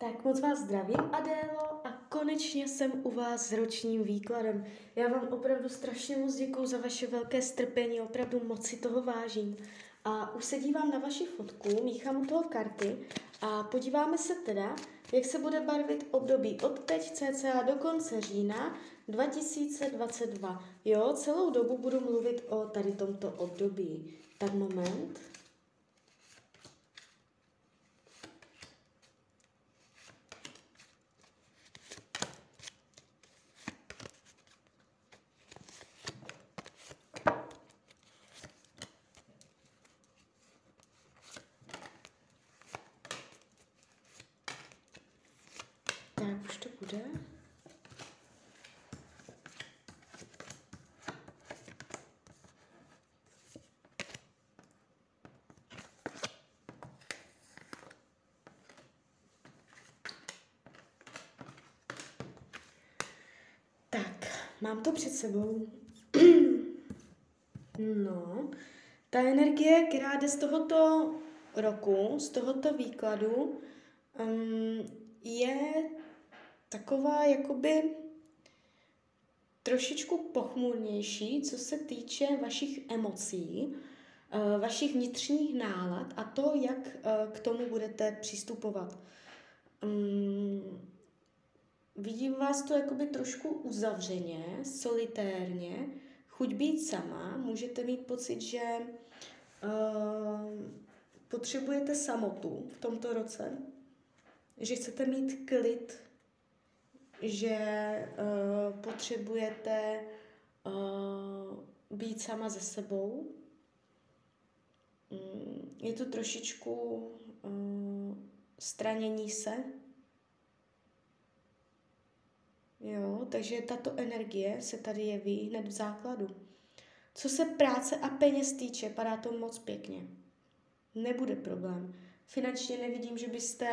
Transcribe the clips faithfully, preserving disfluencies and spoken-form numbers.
Tak moc vás zdravím, Adélo, a konečně jsem u vás s ročním výkladem. Já vám opravdu strašně moc děkuju za vaše velké strpení, opravdu moc si toho vážím. A už se dívám na vaši fotku, míchám u toho karty a podíváme se teda, jak se bude barvit období od teď cca do konce října dva tisíce dvacet dva. Jo, celou dobu budu mluvit o tady tomto období. Tak moment. Tak, už to bude. Tak, mám to před sebou. No, ta energie, která jde z tohoto roku, z tohoto výkladu, um, je taková jakoby trošičku pochmurnější, co se týče vašich emocí, uh, vašich vnitřních nálad a to, jak uh, k tomu budete přistupovat. Um, vidím vás to jakoby trošku uzavřeně, solitérně, chuť být sama, můžete mít pocit, že uh, potřebujete samotu v tomto roce, že chcete mít klid, že uh, potřebujete uh, být sama ze sebou. Um, je to trošičku uh, stranění se. Jo, takže tato energie se tady jeví hned v základu. Co se práce a peněz týče, padá to moc pěkně. Nebude problém. Finančně nevidím, že byste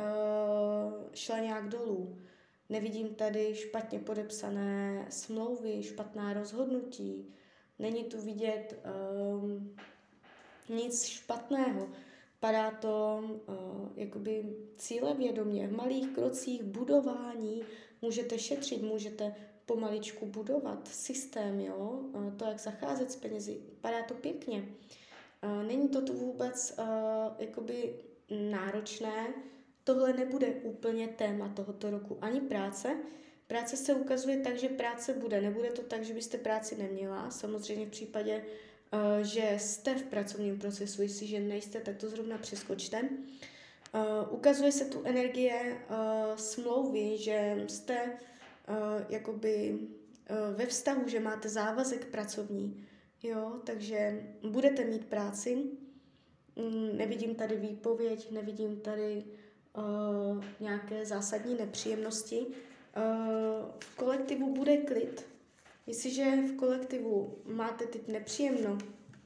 uh, šla nějak dolů. Nevidím tady špatně podepsané smlouvy, špatná rozhodnutí. Není tu vidět um, nic špatného. Padá to uh, jakoby cílevědomě, v malých krocích budování. Můžete šetřit, můžete pomaličku budovat systém, jo? Uh, to, jak zacházet s penězi. Padá to pěkně. Uh, není to tu vůbec uh, jakoby náročné. Tohle nebude úplně téma tohoto roku. Ani práce. Práce se ukazuje tak, že práce bude. Nebude to tak, že byste práci neměla. Samozřejmě v případě, uh, že jste v pracovním procesu, jestliže nejste, tak to zrovna přeskočte. Uh, ukazuje se tu energie uh, smlouvy, že jste uh, jakoby uh, ve vztahu, že máte závazek pracovní. Jo, takže budete mít práci. Mm, nevidím tady výpověď, nevidím tady uh, nějaké zásadní nepříjemnosti. Uh, v kolektivu bude klid. Jestliže v kolektivu máte teď nepříjemno,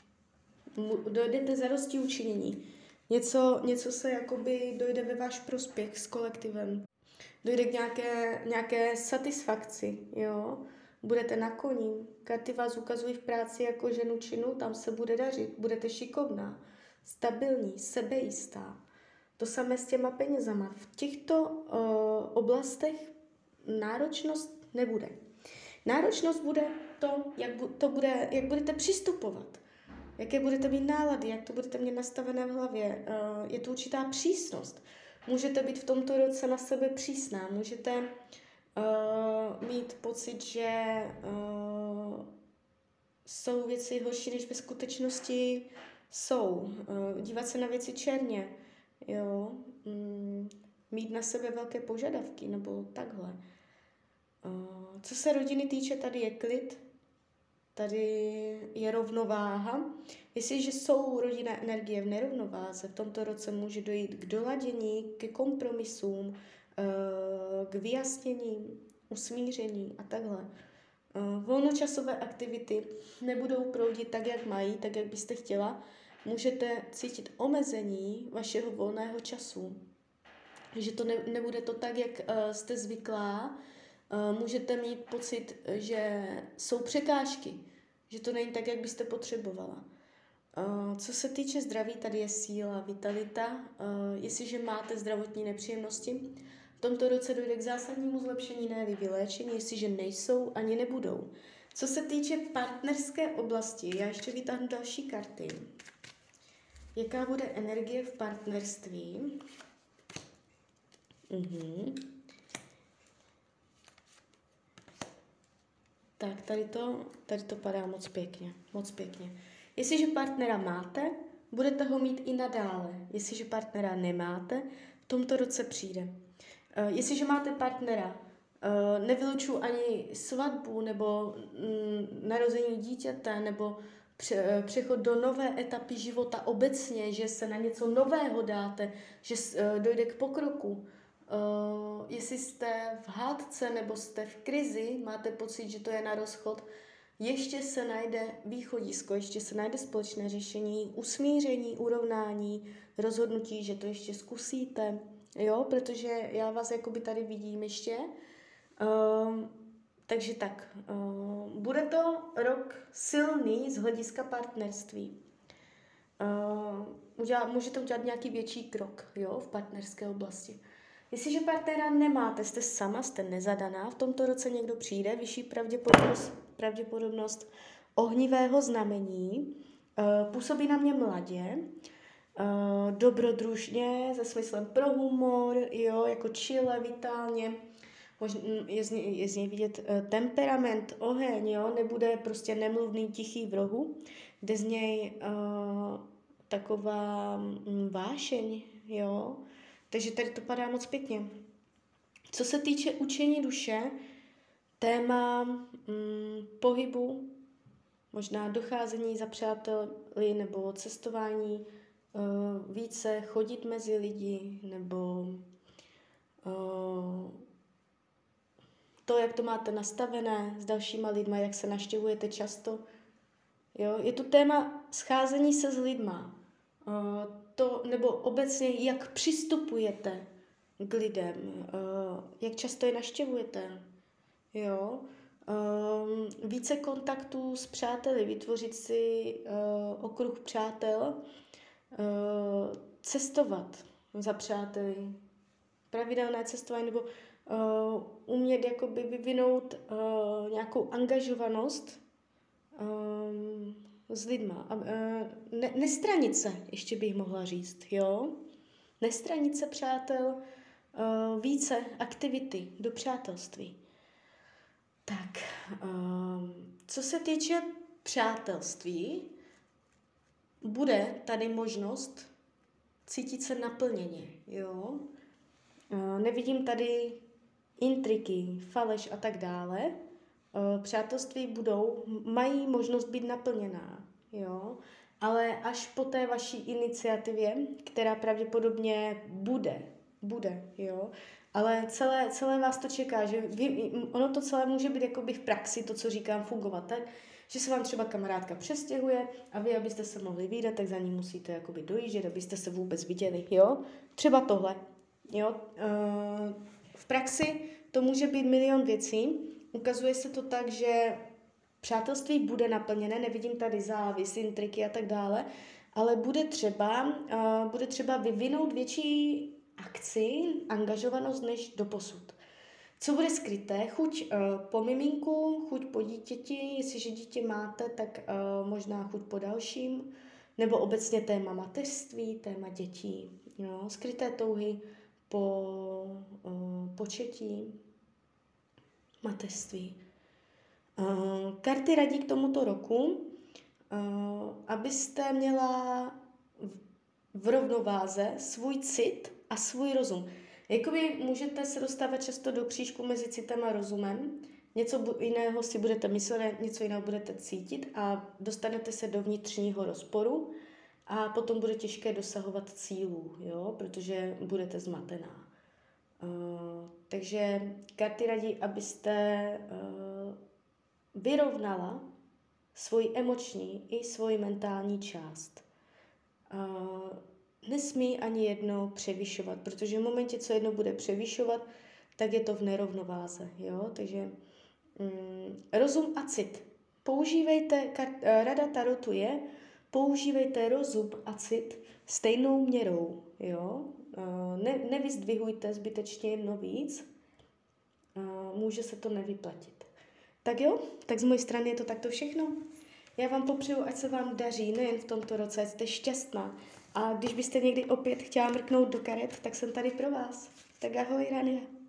dojdete za dosti učinění. Něco, něco se jakoby dojde ve váš prospěch s kolektivem. Dojde k nějaké, nějaké satisfakci, jo. Budete na koni. Karty vás ukazují v práci jako ženu činu, tam se bude dařit. Budete šikovná, stabilní, sebejistá. To samé s těma penězama. V těchto uh, oblastech náročnost nebude. Náročnost bude to, jak, bu- to bude, jak budete přistupovat. Jaké budete mít nálady, jak to budete mít nastavené v hlavě. Uh, je to určitá přísnost. Můžete být v tomto roce na sebe přísná. Můžete uh, mít pocit, že uh, jsou věci horší, než ve skutečnosti jsou. Uh, dívat se na věci černě. Jo? Mm, mít na sebe velké požadavky, nebo takhle. Uh, co se rodiny týče, tady je klid, tady je rovnováha. Jestliže jsou rodinné energie v nerovnováze, v tomto roce může dojít k doladění, ke kompromisům, uh, k vyjasnění, usmíření a takhle. Uh, volnočasové aktivity nebudou proudit tak, jak mají, tak, jak byste chtěla. Můžete cítit omezení vašeho volného času. Že to ne, nebude to tak, jak uh, jste zvyklá. Uh, můžete mít pocit, že jsou překážky, že to není tak, jak byste potřebovala. Uh, co se týče zdraví, tady je síla, vitalita. Uh, jestliže máte zdravotní nepříjemnosti, v tomto roce dojde k zásadnímu zlepšení, ne vyléčení, jestliže nejsou, ani nebudou. Co se týče partnerské oblasti, já ještě vytáhnu další karty. Jaká bude energie v partnerství? Mhm. Tak, tady to, tady to padá moc pěkně, moc pěkně. Jestliže partnera máte, budete ho mít i nadále. Jestliže partnera nemáte, v tomto roce přijde. Uh, jestliže máte partnera, uh, nevylučuji ani svatbu, nebo mm, narození dítěte, nebo pře- přechod do nové etapy života obecně, že se na něco nového dáte, že uh, dojde k pokroku. Uh, jestli jste v hádce nebo jste v krizi, máte pocit, že to je na rozchod, ještě se najde východisko, ještě se najde společné řešení, usmíření, urovnání, rozhodnutí, že to ještě zkusíte, jo, protože já vás jakoby tady vidím ještě. Uh, takže tak, uh, bude to rok silný z hlediska partnerství. Uh, udělá, můžete udělat nějaký větší krok, jo, v partnerské oblasti. Jestliže partnera nemáte, jste sama, jste nezadaná, v tomto roce někdo přijde, vyšší pravděpodobnost, pravděpodobnost ohnivého znamení, uh, působí na mě mladě, uh, dobrodružně, se smyslem pro humor, jo, jako chile, vitálně, možná je z něj, je z něj vidět uh, temperament, oheň, jo, nebude prostě nemluvný, tichý v rohu, jde z něj uh, taková mm, vášeň, jo, takže tady to padá moc pěkně. Co se týče učení duše, téma mm, pohybu, možná docházení za přáteli nebo cestování, uh, více chodit mezi lidi, nebo uh, to, jak to máte nastavené s dalšíma lidma, jak se navštěvujete často. Jo? Je to téma scházení se s lidma. Uh, to, nebo obecně, jak přistupujete k lidem, uh, jak často je navštěvujete. Jo? Um, více kontaktů s přáteli, vytvořit si uh, okruh přátel, uh, cestovat za přáteli, pravidelné cestování, nebo uh, umět jakoby vyvinout uh, nějakou angažovanost um, s lidma. A, uh, ne, nestranit se, ještě bych mohla říct, jo? Nestranit se přátel, uh, více aktivity do přátelství. Tak, um, co se týče přátelství, bude tady možnost cítit se naplněně, jo? Uh, nevidím tady intriky, faleš a tak dále. Uh, přátelství budou, mají možnost být naplněná, jo? Ale až po té vaší iniciativě, která pravděpodobně bude, bude, jo? Ale celé, celé vás to čeká, že vy, ono to celé může být jakoby v praxi, to, co říkám, fungovat tak, že se vám třeba kamarádka přestěhuje a vy, abyste se mohli vydat, tak za ní musíte jakoby dojíždět, abyste se vůbec viděli, jo? Třeba tohle, jo? Uh, v praxi to může být milion věcí, ukazuje se to tak, že přátelství bude naplněné, nevidím tady závis, intriky a tak dále, ale bude třeba, uh, bude třeba vyvinout větší akci, angažovanost než doposud. Co bude skryté? Chuť uh, po miminku, chuť po dítěti, jestliže dítě máte, tak uh, možná chuť po dalším, nebo obecně téma mateřství, téma dětí, no, skryté touhy po uh, početí, mateřství. Uh, karty radí k tomuto roku, uh, abyste měla v, v rovnováze svůj cit a svůj rozum. Jakoby můžete se dostávat často do křížku mezi citem a rozumem, něco jiného si budete myslet, něco jiného budete cítit a dostanete se do vnitřního rozporu a potom bude těžké dosahovat cílů, jo? Protože budete zmatená. Uh, takže karty radí, abyste uh, vyrovnala svoji emoční i svoji mentální část. Uh, nesmí ani jedno převyšovat, protože v momentě, co jedno bude převyšovat, tak je to v nerovnováze. Jo? Takže um, rozum a cit. Používejte, kart, rada tarotu je, používejte rozum a cit stejnou měrou, jo? Ne, nevyzdvihujte zbytečně jedno víc, může se to nevyplatit. Tak jo, tak z mojej strany je to takto všechno. Já vám popřeju, ať se vám daří, nejen v tomto roce, ať jste šťastná. A když byste někdy opět chtěla mrknout do karet, tak jsem tady pro vás. Tak ahoj, Rania.